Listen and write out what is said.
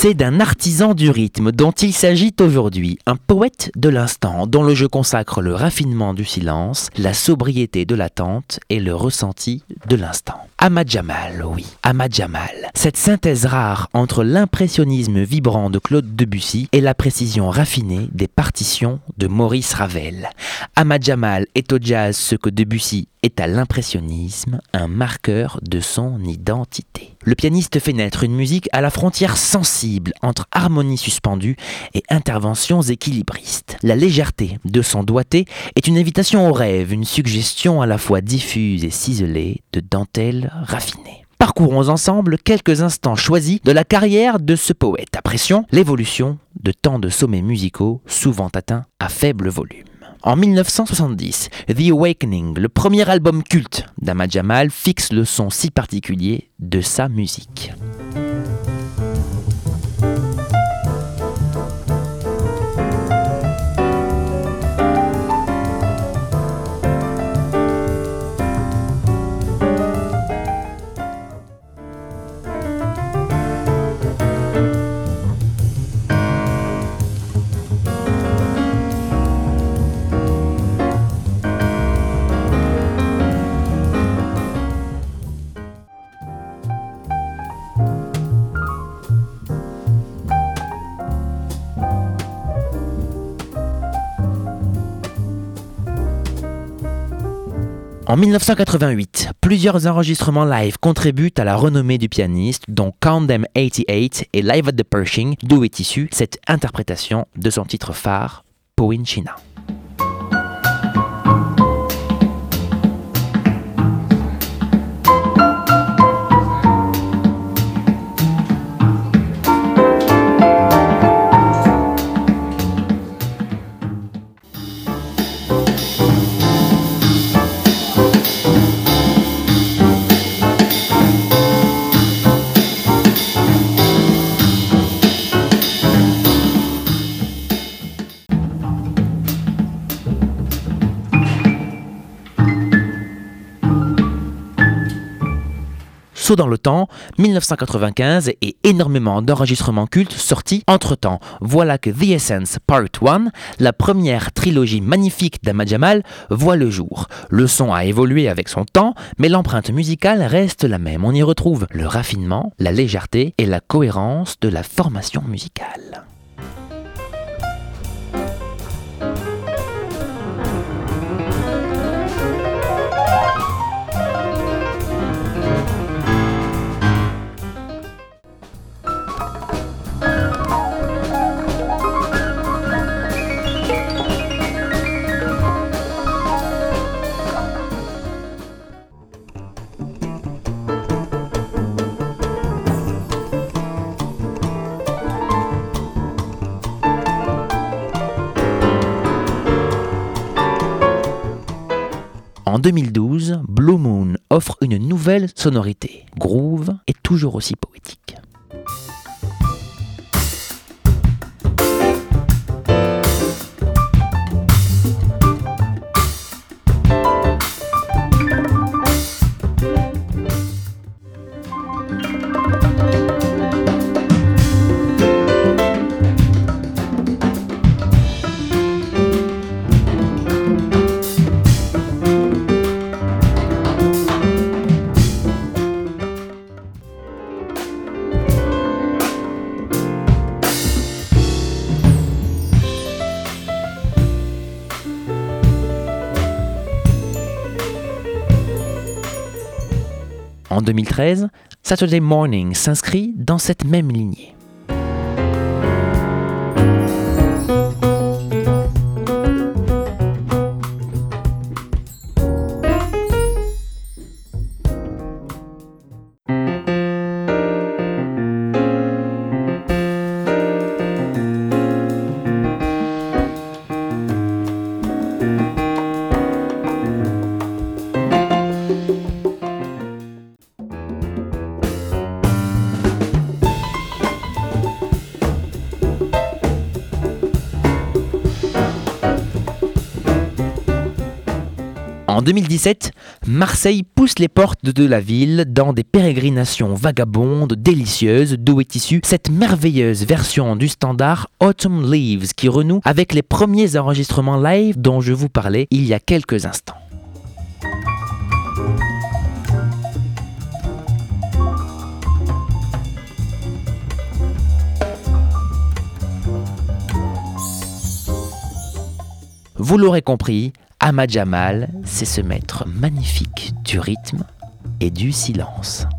C'est d'un artisan du rythme dont il s'agit aujourd'hui, un poète de l'instant dont le jeu consacre le raffinement du silence, la sobriété de l'attente et le ressenti de l'instant. Ahmad Jamal, oui, Ahmad Jamal. Cette synthèse rare entre l'impressionnisme vibrant de Claude Debussy et la précision raffinée des partitions de Maurice Ravel. Ahmad Jamal est au jazz ce que Debussy est à l'impressionnisme, un marqueur de son identité. Le pianiste fait naître une musique à la frontière sensible entre harmonie suspendue et interventions équilibristes. La légèreté de son doigté est une invitation au rêve, une suggestion à la fois diffuse et ciselée de dentelle raffinée. Parcourons ensemble quelques instants choisis de la carrière de ce poète. À pression, l'évolution de tant de sommets musicaux souvent atteints à faible volume. En 1970, The Awakening, le premier album culte d'Ahmad Jamal, fixe le son si particulier de sa musique. En 1988, plusieurs enregistrements live contribuent à la renommée du pianiste, dont Count Them 88 et Live at the Pershing, d'où est issue cette interprétation de son titre phare, Poinchina. Saut dans le temps, 1995 et énormément d'enregistrements cultes sortis entre-temps. Voilà que The Essence Part 1, la première trilogie magnifique d'Ahmad Jamal, voit le jour. Le son a évolué avec son temps, mais l'empreinte musicale reste la même. On y retrouve le raffinement, la légèreté et la cohérence de la formation musicale. En 2012, Blue Moon offre une nouvelle sonorité, groove et toujours aussi poétique. En 2013, Saturday Morning s'inscrit dans cette même lignée. En 2017, Marseille pousse les portes de la ville dans des pérégrinations vagabondes, délicieuses, d'où est issue cette merveilleuse version du standard Autumn Leaves qui renoue avec les premiers enregistrements live dont je vous parlais il y a quelques instants. Vous l'aurez compris, Ahmad Jamal, c'est ce maître magnifique du rythme et du silence.